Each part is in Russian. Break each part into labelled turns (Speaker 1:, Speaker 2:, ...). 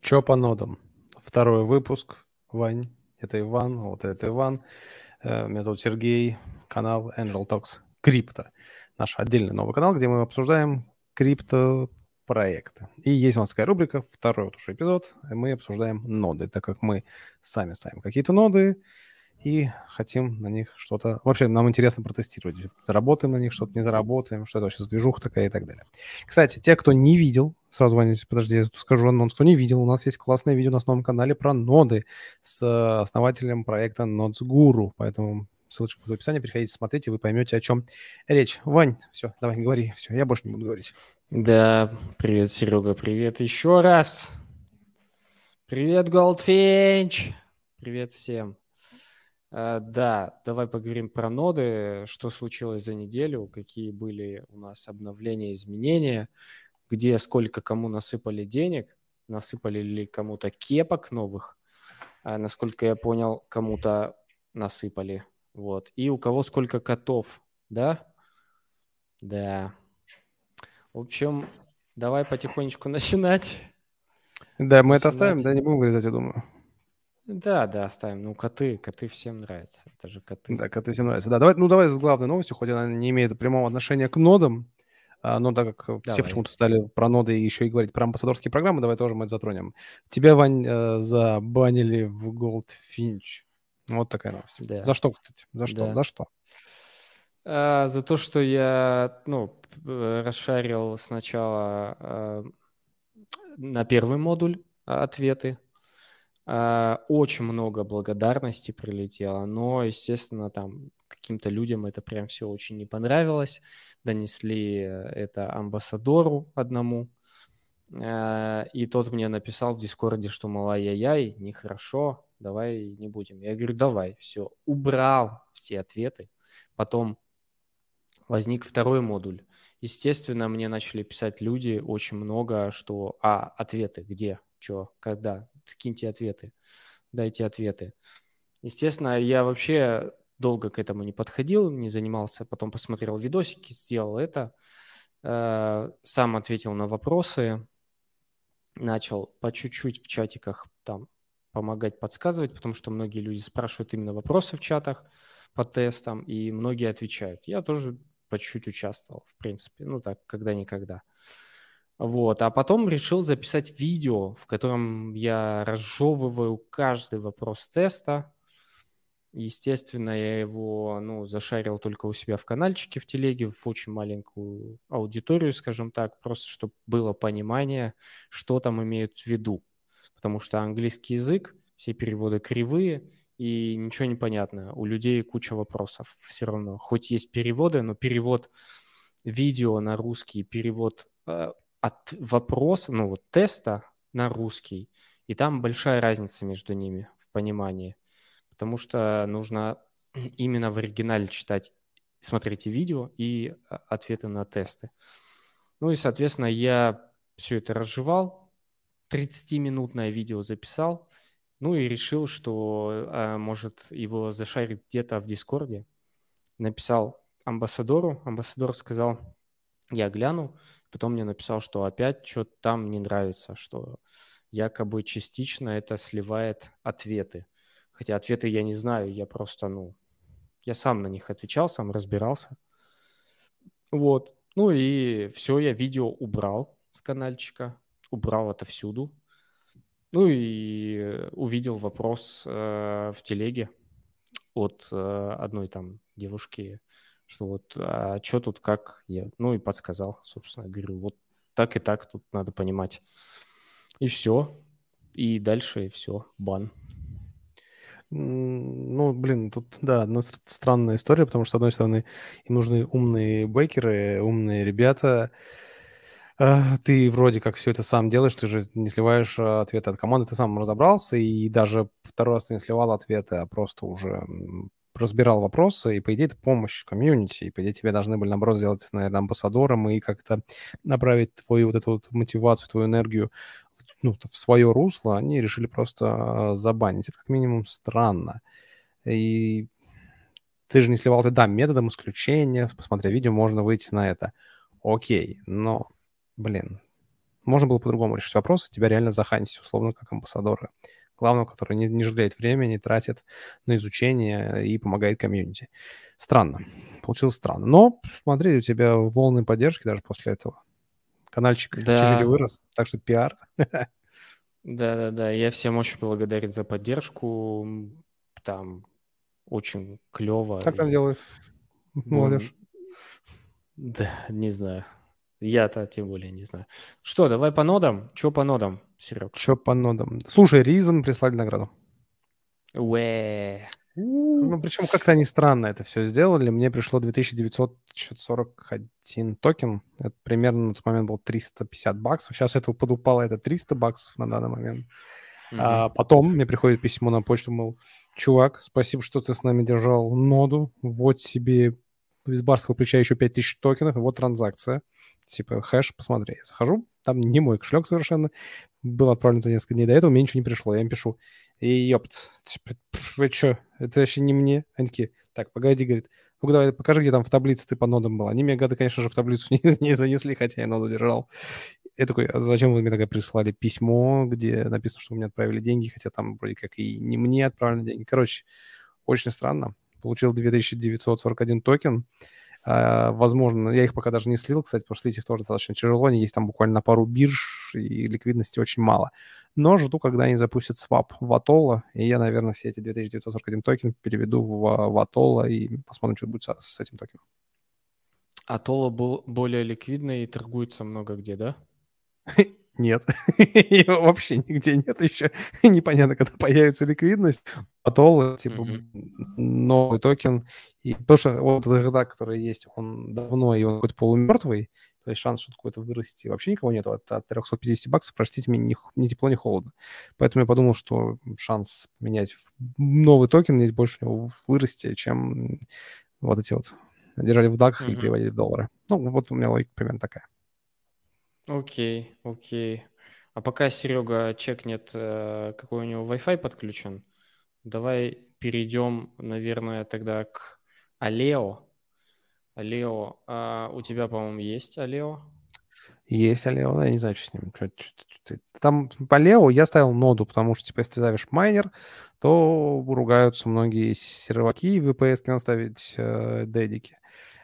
Speaker 1: Чё по нодам? Второй выпуск. Вань, это Иван, вот это Иван. Меня зовут Сергей, канал Angel Talks Crypto. Наш отдельный новый канал, где мы обсуждаем криптопроекты. И есть у нас такая рубрика, второй вот уже эпизод, мы обсуждаем ноды, так как мы сами ставим какие-то ноды и хотим на них что-то... Вообще, нам интересно протестировать. Заработаем на них что-то, не заработаем, что это вообще за движуха такая и так далее. Кстати, те, кто не видел, сразу, Ваня, подожди, я скажу анонс, кто не видел, у нас есть классное видео на основном канале про ноды с основателем проекта Nodes Guru, поэтому ссылочка будет в описании, переходите, смотрите, вы поймете, о чем речь. Вань, все, давай, говори, все, я больше не буду говорить.
Speaker 2: Да, привет, Серега, привет еще раз. Привет, Goldfinch. Привет всем. Да, давай поговорим про ноды, что случилось за неделю, какие были у нас обновления, изменения, где сколько кому насыпали денег, насыпали ли кому-то кепок новых, насколько я понял, кому-то насыпали, вот, и у кого сколько котов, да? Да. В общем, давай потихонечку начинать.
Speaker 1: Да, мы это оставим, да, не будем вырезать, я думаю.
Speaker 2: Да, оставим. Ну, коты всем нравятся. Это же коты.
Speaker 1: Да, коты всем нравятся. Да, давай с главной новостью, хоть она не имеет прямого отношения к нодам, но так как все
Speaker 2: Давай.
Speaker 1: почему-то стали про ноды и еще и говорить про амбассадорские программы, давай тоже мы это затронем. Тебя, Вань, забанили в Goldfinch. Вот такая новость.
Speaker 2: Да.
Speaker 1: За что, кстати? За что?
Speaker 2: Да.
Speaker 1: За что?
Speaker 2: За то, что я, расшарил сначала на первый модуль ответы. Очень много благодарности прилетело, но, естественно, там каким-то людям это прям все очень не понравилось. Донесли это амбассадору одному. И тот мне написал в Дискорде, что, мол, ай-яй-яй, нехорошо, давай не будем. Я говорю, давай, все. Убрал все ответы. Потом возник второй модуль. Естественно, мне начали писать люди очень много, что, ответы, где, что, когда, скиньте ответы, дайте ответы. Естественно, я вообще долго к этому не подходил, не занимался, потом посмотрел видосики, сделал это, сам ответил на вопросы, начал по чуть-чуть в чатиках там помогать, подсказывать, потому что многие люди спрашивают именно вопросы в чатах по тестам, и многие отвечают. Я тоже по чуть-чуть участвовал, в принципе, ну так, когда-никогда. Вот, а потом решил записать видео, в котором я разжевываю каждый вопрос теста. Естественно, я его, зашарил только у себя в каналчике в телеге, в очень маленькую аудиторию, скажем так, просто чтобы было понимание, что там имеют в виду. Потому что английский язык, все переводы кривые, и ничего не понятно. У людей куча вопросов все равно. Хоть есть переводы, но перевод видео на русский, перевод от вопроса, теста на русский, и там большая разница между ними в понимании. Потому что нужно именно в оригинале читать, смотрите видео и ответы на тесты. Ну и, соответственно, я все это разжевал, 30-минутное видео записал, ну и решил, что может его зашарить где-то в Дискорде. Написал амбассадору, амбассадор сказал, я гляну, потом мне написал, что опять что-то там не нравится, что якобы частично это сливает ответы. Хотя ответы я не знаю, я просто, я сам на них отвечал, сам разбирался. Вот. Ну и все, я видео убрал с канальчика, убрал отовсюду. Ну и увидел вопрос в телеге от одной там девушки, что вот, что тут, как я, и подсказал, собственно, говорю, вот так и так тут надо понимать. И все. И дальше все, бан.
Speaker 1: Ну, блин, тут, да, одна странная история, потому что, с одной стороны, им нужны умные бэкеры, умные ребята. Ты вроде как все это сам делаешь, ты же не сливаешь ответы от команды, ты сам разобрался, и даже второй раз ты не сливал ответы, а просто уже разбирал вопросы, и, по идее, это помощь комьюнити, и, по идее, тебе должны были, наоборот, сделать, наверное, амбассадором и как-то направить твою вот эту вот мотивацию, твою энергию в свое русло, они решили просто забанить. Это как минимум странно. И ты же не сливал, да, методом исключения, посмотря видео, можно выйти на это. Окей, но, блин, можно было по-другому решить вопрос, и тебя реально захантить, условно, как амбассадора. Главного, который не жалеет времени, тратит на изучение и помогает комьюнити. Странно. Получилось странно. Но, смотри, у тебя волны поддержки даже после этого. Канальчик чуть-чуть
Speaker 2: Да,
Speaker 1: вырос, так что пиар.
Speaker 2: да, я всем очень благодарен за поддержку. Там очень клево.
Speaker 1: Как там
Speaker 2: И
Speaker 1: делают
Speaker 2: будем...
Speaker 1: молодежь?
Speaker 2: Да, не знаю. Я-то тем более не знаю. Что, давай по нодам? Че по нодам, Серег?
Speaker 1: Че по нодам? Слушай, Reason прислали награду.
Speaker 2: Уэ.
Speaker 1: Ну, причем как-то они странно это все сделали. Мне пришло 2941 токен. Это примерно на тот момент был $350. Сейчас это подупало, это $300 на данный момент.
Speaker 2: Мгм.
Speaker 1: А потом мне приходит письмо на почту, мол, чувак, спасибо, что ты с нами держал ноду. Вот себе из барского плеча еще 5000 токенов, и вот транзакция. Типа хэш, посмотри. Я захожу, там не мой кошелек совершенно. Был отправлен за несколько дней до этого, мне ничего не пришло. Я им пишу, и ёпт, типа, вы что, это вообще не мне? Они такие, так, погоди, говорит, ну давай покажи, где там в таблице ты по нодам был. Они мне, гады, конечно же, в таблицу не занесли, хотя я ноду держал. Я такой, а зачем вы мне тогда прислали письмо, где написано, что вы мне отправили деньги, хотя там вроде как и не мне отправлены деньги. Короче, очень странно. Получил 2941 токен. Возможно, я их пока даже не слил, кстати, потому что слить их тоже достаточно тяжело. Они есть там буквально на пару бирж, и ликвидности очень мало. Но жду, когда они запустят свап в Атолла, и я, наверное, все эти 2941 токен переведу в Атолла и посмотрим, что будет с этим токеном.
Speaker 2: Атолла был более ликвидный и торгуется много где, да?
Speaker 1: Нет, его вообще нигде нет еще. Непонятно, когда появится ликвидность. Атолл, типа,
Speaker 2: Мгм.
Speaker 1: новый токен. И потому что вот этот редак, который есть, он давно, и он какой-то полумертвый. То есть шанс, что какой-то вырасти, вообще никого нету. От $350, простите меня, ни тепло, ни холодно. Поэтому я подумал, что шанс менять в новый токен, есть больше у него вырасти, чем вот эти вот держали в даках или
Speaker 2: Мгм.
Speaker 1: переводили в доллары. Ну, вот у меня логика примерно такая.
Speaker 2: Окей, окей. А пока Серега чекнет, какой у него Wi-Fi подключен, давай перейдем, наверное, тогда к Алео. Алео, у тебя, по-моему, есть Алео?
Speaker 1: Есть Алео, я не знаю, что с ним. Там по Лео я ставил ноду, потому что, типа, если ты ставишь майнер, то ругаются многие серваки, и в VPS надо ставить дедики.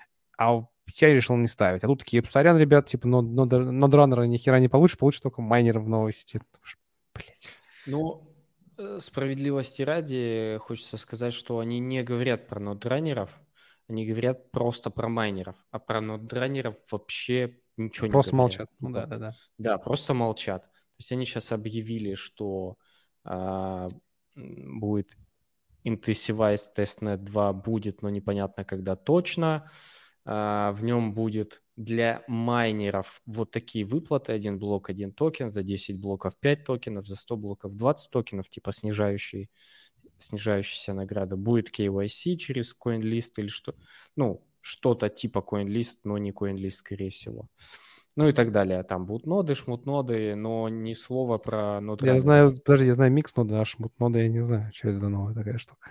Speaker 1: Я решил не ставить. А тут такие, сорян, ребят, типа, нодраннера ни хера не получишь только майнер в новости. Блять.
Speaker 2: Ну, справедливости ради, хочется сказать, что они не говорят про нодранеров, они говорят просто про майнеров, а про нодранеров вообще ничего не
Speaker 1: Просто
Speaker 2: говорят.
Speaker 1: молчат. Ну да,
Speaker 2: Типа,
Speaker 1: да, да.
Speaker 2: да, просто молчат. То есть они сейчас объявили, что а, будет Intensified Testnet 2 будет, но непонятно когда точно. В нем будет для майнеров вот такие выплаты. Один блок, один токен, за 10 блоков 5 токенов, за 100 блоков 20 токенов, типа снижающаяся награда. Будет KYC через CoinList или что, ну, что-то типа CoinList, но не CoinList, скорее всего. Ну и так далее. Там будут ноды, шмут-ноды, но ни слова про
Speaker 1: Я
Speaker 2: нодранеров.
Speaker 1: знаю, подожди, я знаю микс ноды, а шмут ноды я не знаю. Что это за новая такая штука?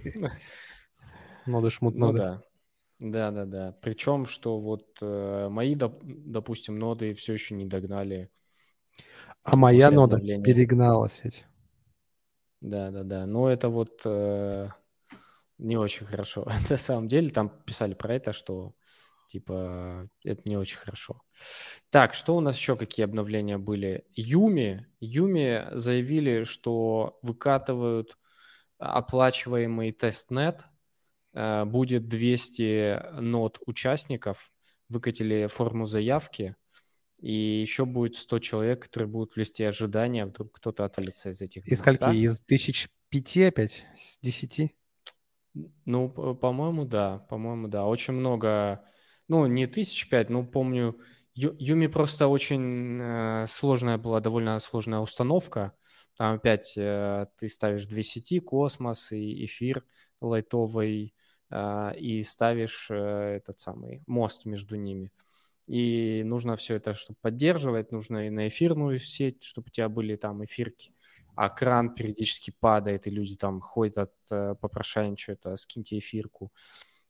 Speaker 1: Ноды, шмут
Speaker 2: Ну
Speaker 1: ноды.
Speaker 2: да. Да. Причем, что вот мои, допустим, ноды все еще не догнали
Speaker 1: А моя
Speaker 2: после
Speaker 1: нода
Speaker 2: обновления.
Speaker 1: перегнала сеть.
Speaker 2: Да. Но это вот не очень хорошо. На самом деле там писали про это, что типа это не очень хорошо. Так, что у нас еще какие обновления были? Юми заявили, что выкатывают оплачиваемый тестнет. Будет 200 нод участников, выкатили форму заявки, и еще будет 100 человек, которые будут в листе ожидания, вдруг кто-то отвалится из этих
Speaker 1: Из скольки?
Speaker 2: 200.
Speaker 1: Из 1005 опять? С 10?
Speaker 2: Ну, по-моему, да. Очень много, ну, не 1005, но помню, Юми просто очень сложная была, довольно сложная установка. Там опять ты ставишь две сети, Космос и Эфир лайтовый, и ставишь этот самый мост между ними. И нужно все это, чтобы поддерживать, нужно и на эфирную сеть, чтобы у тебя были там эфирки. А кран периодически падает, и люди там ходят, попрошайничают, скиньте эфирку.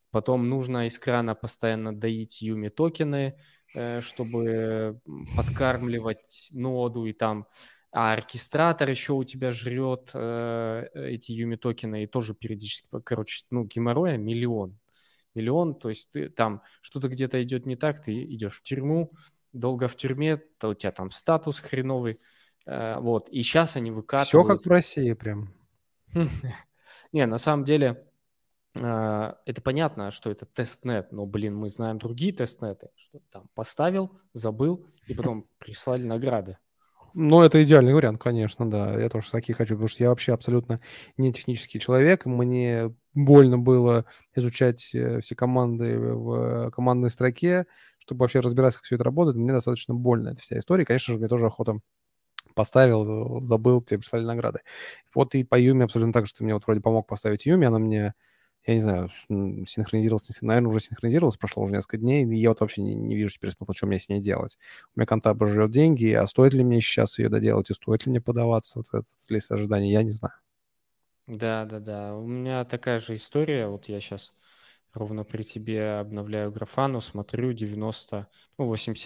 Speaker 2: Потом нужно из крана постоянно доить Юми токены, чтобы подкармливать ноду, и там оркестратор еще у тебя жрет эти Юми токены, и тоже периодически, короче, ну, геморроя миллион, то есть ты там что-то где-то идет не так, ты идешь в тюрьму, долго в тюрьме, то у тебя там статус хреновый, вот, и сейчас они
Speaker 1: Все как
Speaker 2: выкатывают.
Speaker 1: в России прям.
Speaker 2: Не, на самом деле, это понятно, что это тестнет, но, блин, мы знаем другие тестнеты, что там поставил, забыл, и потом прислали награды.
Speaker 1: Ну, это идеальный вариант, конечно, да. Я тоже такие хочу, потому что я вообще абсолютно не технический человек. Мне больно было изучать все команды в командной строке, чтобы вообще разбираться, как все это работает. Мне достаточно больно эта вся история. Конечно же, мне тоже охота поставил, забыл, тебе прислали награды. Вот и по Юме абсолютно так же. Ты мне вот вроде помог поставить Юми, она мне, я не знаю, синхронизировалась, наверное, уже синхронизировалась, прошло уже несколько дней, и я вот вообще не вижу теперь смысла, что мне с ней делать. У меня контакт жрет деньги, а стоит ли мне сейчас ее доделать, и стоит ли мне подаваться вот в этот лист ожидания, я не знаю.
Speaker 2: Да. У меня такая же история. Вот я сейчас ровно при тебе обновляю графану, смотрю 90, ну,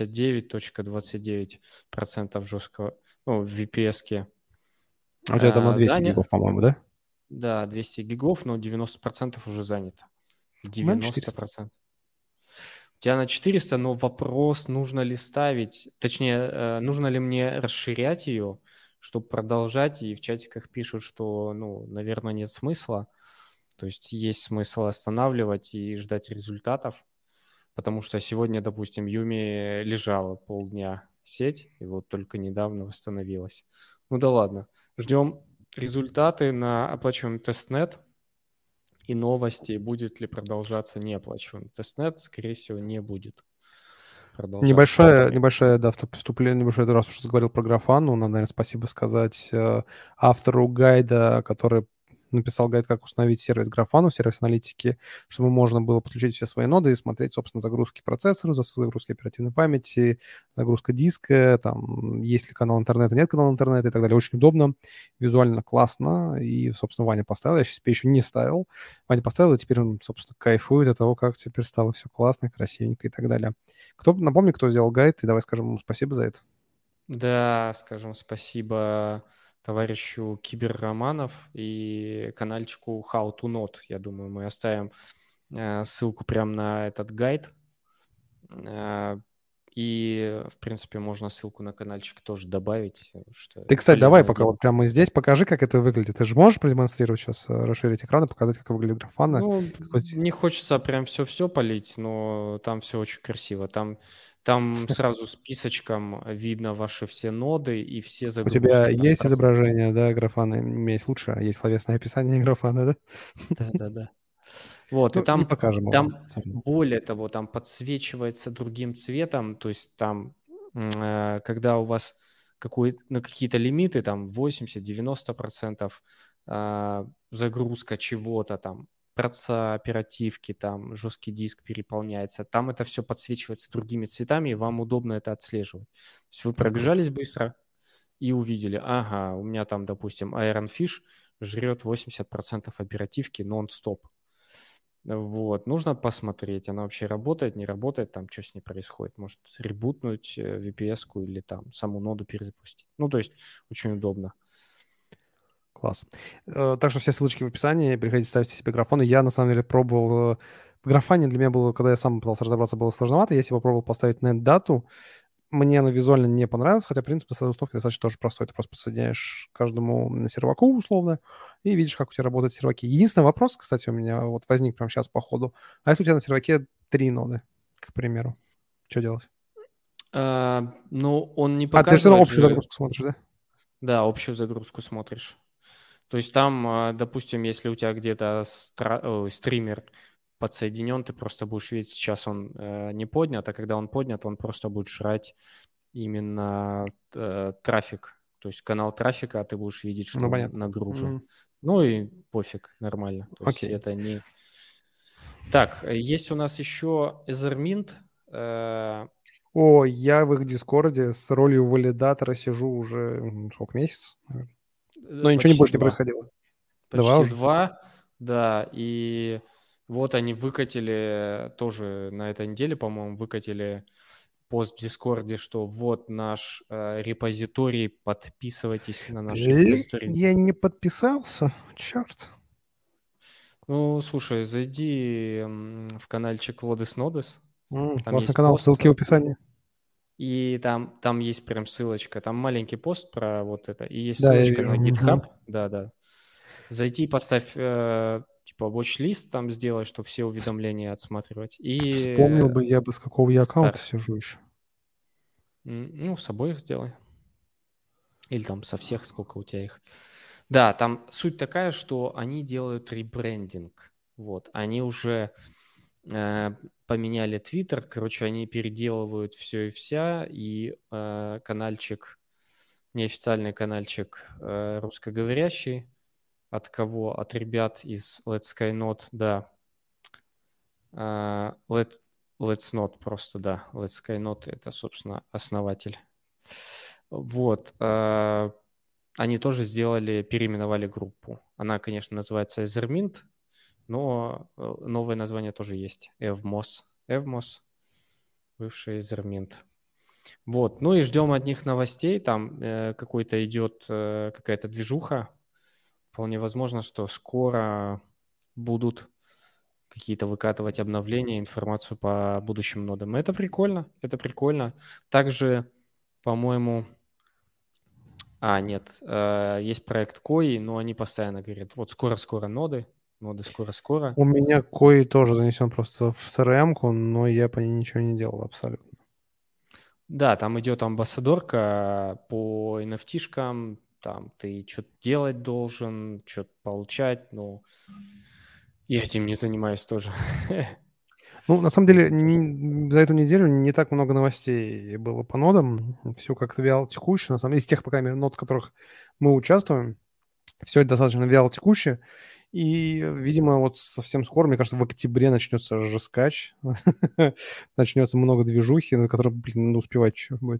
Speaker 2: 89,29% жесткого, ну, в VPS-ке
Speaker 1: А у тебя там на 200
Speaker 2: занят.
Speaker 1: гигов, по-моему, да?
Speaker 2: Да, 200 гигов, но 90% уже занято.
Speaker 1: У меня на 400.
Speaker 2: 90%. У тебя на 400, но вопрос, нужно ли ставить, точнее, нужно ли мне расширять ее, чтобы продолжать, и в чатиках пишут, что, ну, наверное, нет смысла. То есть есть смысл останавливать и ждать результатов, потому что сегодня, допустим, Юми лежала полдня сеть, и вот только недавно восстановилась. Ну да ладно, ждем результаты на оплачиваемый тестнет и новости, будет ли продолжаться неоплачиваемый тестнет, скорее всего, не будет продолжаться.
Speaker 1: Небольшое, да, вступление, небольшое, раз уж заговорил про графану, надо, наверное, спасибо сказать автору гайда, который написал гайд, как установить сервис графану, сервис аналитики, чтобы можно было подключить все свои ноды и смотреть, собственно, загрузки процессора, загрузки оперативной памяти, загрузка диска, там, есть ли канал интернета, нет канала интернета и так далее. Очень удобно, визуально классно, и, собственно, Ваня поставил, я себе еще не ставил. Ваня поставил, и теперь он, собственно, кайфует от того, как теперь стало все классно, красивенько и так далее. Напомни, кто сделал гайд, и давай скажем ему спасибо за это.
Speaker 2: Да, скажем спасибо товарищу Киберроманов и канальчику How to Not. Я думаю, мы оставим ссылку прямо на этот гайд. И, в принципе, можно ссылку на канальчик тоже добавить, что
Speaker 1: Ты, кстати, давай
Speaker 2: полезное
Speaker 1: пока
Speaker 2: дело.
Speaker 1: вот прямо здесь покажи, как это выглядит. Ты же можешь продемонстрировать сейчас, расширить экран и показать, как выглядит графана?
Speaker 2: Ну,
Speaker 1: Какой...
Speaker 2: не хочется прям все-все полить, но там все очень красиво. Там сразу списочком видно ваши все ноды и все
Speaker 1: У тебя
Speaker 2: загрузки. Там
Speaker 1: есть изображение, да, графана? У меня есть лучше, а есть словесное описание графана, да?
Speaker 2: Да. Вот, и
Speaker 1: Ну, не
Speaker 2: там,
Speaker 1: покажем его.
Speaker 2: там более того, там подсвечивается другим цветом, то есть там, когда у вас на какие-то лимиты, там 80-90% загрузка чего-то, там, проца, оперативки, там, жесткий диск переполняется, там это все подсвечивается другими цветами, и вам удобно это отслеживать. То есть вы
Speaker 1: Это круто.
Speaker 2: пробежались быстро и увидели, ага, у меня там, допустим, Iron Fish жрет 80% оперативки нон-стоп. Вот, нужно посмотреть, она вообще работает, не работает, там что с ней происходит. Может, ребутнуть VPS-ку или там саму ноду перезапустить. Ну, то есть очень удобно.
Speaker 1: Класс. Так что все ссылочки в описании. Переходите, ставьте себе графоны. Я, на самом деле, пробовал... В графане для меня было, когда я сам пытался разобраться, было сложновато. Я себе попробовал поставить net-дату. Мне она визуально не понравилась, хотя принцип установки достаточно тоже простой. Ты просто подсоединяешь каждому на серваку условно и видишь, как у тебя работают серваки. Единственный вопрос, кстати, у меня вот возник прямо сейчас по ходу. А если у тебя на серваке 3 ноды, к примеру, что делать?
Speaker 2: Ну, он не
Speaker 1: А, ты все равно
Speaker 2: показывает
Speaker 1: общую
Speaker 2: же,
Speaker 1: загрузку смотришь, да?
Speaker 2: да, общую загрузку смотришь. То есть там, допустим, если у тебя где-то стример подсоединен, ты просто будешь видеть, сейчас он не поднят, а когда он поднят, он просто будет жрать именно трафик. То есть канал трафика, а ты будешь видеть, что
Speaker 1: Ну,
Speaker 2: он
Speaker 1: понятно.
Speaker 2: нагружен. Ну и пофиг, нормально. То есть
Speaker 1: Окей.
Speaker 2: это не... Так, есть у нас еще Ethermint.
Speaker 1: О, я в их Дискорде с ролью валидатора сижу уже сколько, месяц, наверное. Но ничего не
Speaker 2: Почти
Speaker 1: больше не
Speaker 2: два.
Speaker 1: происходило. Два
Speaker 2: Почти
Speaker 1: уже?
Speaker 2: два, да. И Вот они выкатили тоже на этой неделе, по-моему, выкатили пост в Дискорде, что вот наш репозиторий, подписывайтесь на наш
Speaker 1: Блин,
Speaker 2: репозиторий.
Speaker 1: я не подписался. Черт.
Speaker 2: Ну, слушай, зайди в каналчик Лодес Нодес, там
Speaker 1: Классный
Speaker 2: есть
Speaker 1: канал,
Speaker 2: пост,
Speaker 1: ссылки в описании.
Speaker 2: и там есть прям ссылочка, там маленький пост про вот это, и есть
Speaker 1: Да, я
Speaker 2: ссылочка
Speaker 1: вижу.
Speaker 2: на GitHub,
Speaker 1: Мгм.
Speaker 2: да-да. Зайти, поставь, типа, watch-лист там сделай, чтобы все уведомления отсматривать,
Speaker 1: Вспомнил
Speaker 2: и
Speaker 1: бы я бы, с какого я аккаунта
Speaker 2: старт.
Speaker 1: сижу еще.
Speaker 2: Ну, с обоих сделай. Или там со всех, сколько у тебя их. Да, там суть такая, что они делают ребрендинг. Вот, они уже поменяли Twitter, короче, они переделывают все и вся, и канальчик, неофициальный канальчик русскоговорящий, от кого? От ребят из Let's Sky Not, да. Let's Not просто, да. Let's Sky Not — это, собственно, основатель. Вот. Они тоже сделали, переименовали группу. Она, конечно, называется Ethermint, но новое название тоже есть. Evmos. Evmos, бывший Ethermint. Вот. Ну и ждем от них новостей. Там какой-то идет какая-то движуха. Вполне возможно, что скоро будут какие-то выкатывать обновления, информацию по будущим нодам. Это прикольно, это прикольно. Также, по-моему, нет, есть проект Koi, но они постоянно говорят, вот скоро-скоро ноды скоро-скоро.
Speaker 1: У меня кой тоже занесен просто в CRM-ку, но я по ней ничего не делал абсолютно.
Speaker 2: Да, там идет амбассадорка по NFT-шкам, там ты что-то делать должен, что-то получать, но я этим не занимаюсь тоже.
Speaker 1: Ну, на самом деле,
Speaker 2: Этим тоже.
Speaker 1: за эту неделю не так много новостей было по нодам. Все как-то вяло текуще. На самом деле, из тех, по крайней мере, нод, в которых мы участвуем, все это достаточно вяло текуще. И, видимо, вот совсем скоро, мне кажется, в октябре начнется жескач. Начнется много движухи, на которые, блин, надо успевать еще будет.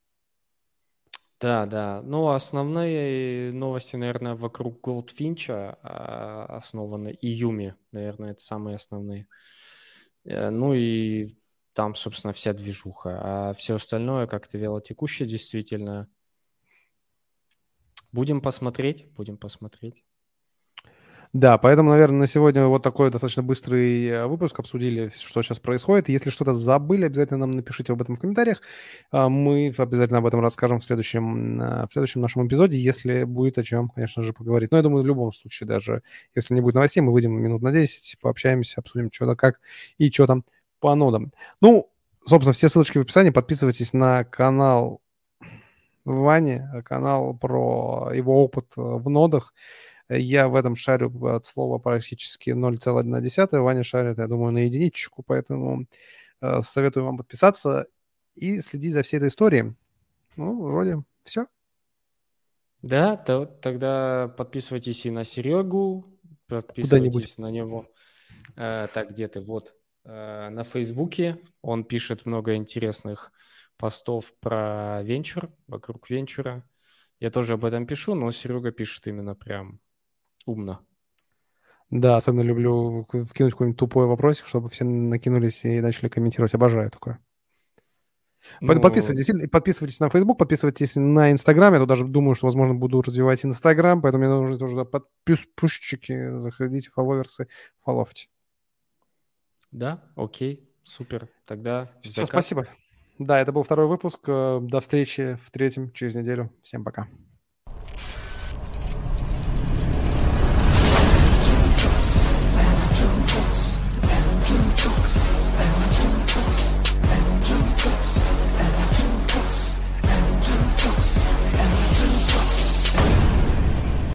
Speaker 2: Да, да. Ну, основные новости, наверное, вокруг Голдфинча основаны, и Юми, наверное, это самые основные. Ну и там, собственно, вся движуха. А все остальное как-то вялотекуще действительно. Будем посмотреть, будем посмотреть.
Speaker 1: Да, поэтому, наверное, на сегодня вот такой достаточно быстрый выпуск. Обсудили, что сейчас происходит. Если что-то забыли, обязательно нам напишите об этом в комментариях. Мы обязательно об этом расскажем в следующем нашем эпизоде, если будет о чем, конечно же, поговорить. Но я думаю, в любом случае, даже если не будет новостей, мы выйдем минут на 10, пообщаемся, обсудим, что-то как и что там по нодам. Ну, собственно, все ссылочки в описании. Подписывайтесь на канал Вани, канал про его опыт в нодах. Я в этом шарю от слова практически 0,1. Ваня шарит, я думаю, на единичку, поэтому советую вам подписаться и следить за всей этой историей. Ну, вроде все.
Speaker 2: Да, тогда подписывайтесь и на Серегу,
Speaker 1: Куда-нибудь.
Speaker 2: подписывайтесь на него. Так, где ты? Вот. На Фейсбуке он пишет много интересных постов про венчур, вокруг венчура. Я тоже об этом пишу, но Серега пишет именно прям умно.
Speaker 1: Да, особенно люблю вкинуть какой-нибудь тупой вопросик, чтобы все накинулись и начали комментировать. Обожаю такое. Поэтому
Speaker 2: Ну,
Speaker 1: подписывайтесь на Facebook, подписывайтесь на Instagram. Я тут даже думаю, что, возможно, буду развивать Instagram, поэтому мне нужны тоже подписчики. Заходите, фолловерсы, фолловьте.
Speaker 2: да, окей, супер. Тогда в
Speaker 1: Все,
Speaker 2: закат.
Speaker 1: спасибо. Да, это был второй выпуск. До встречи в третьем через неделю. Всем пока.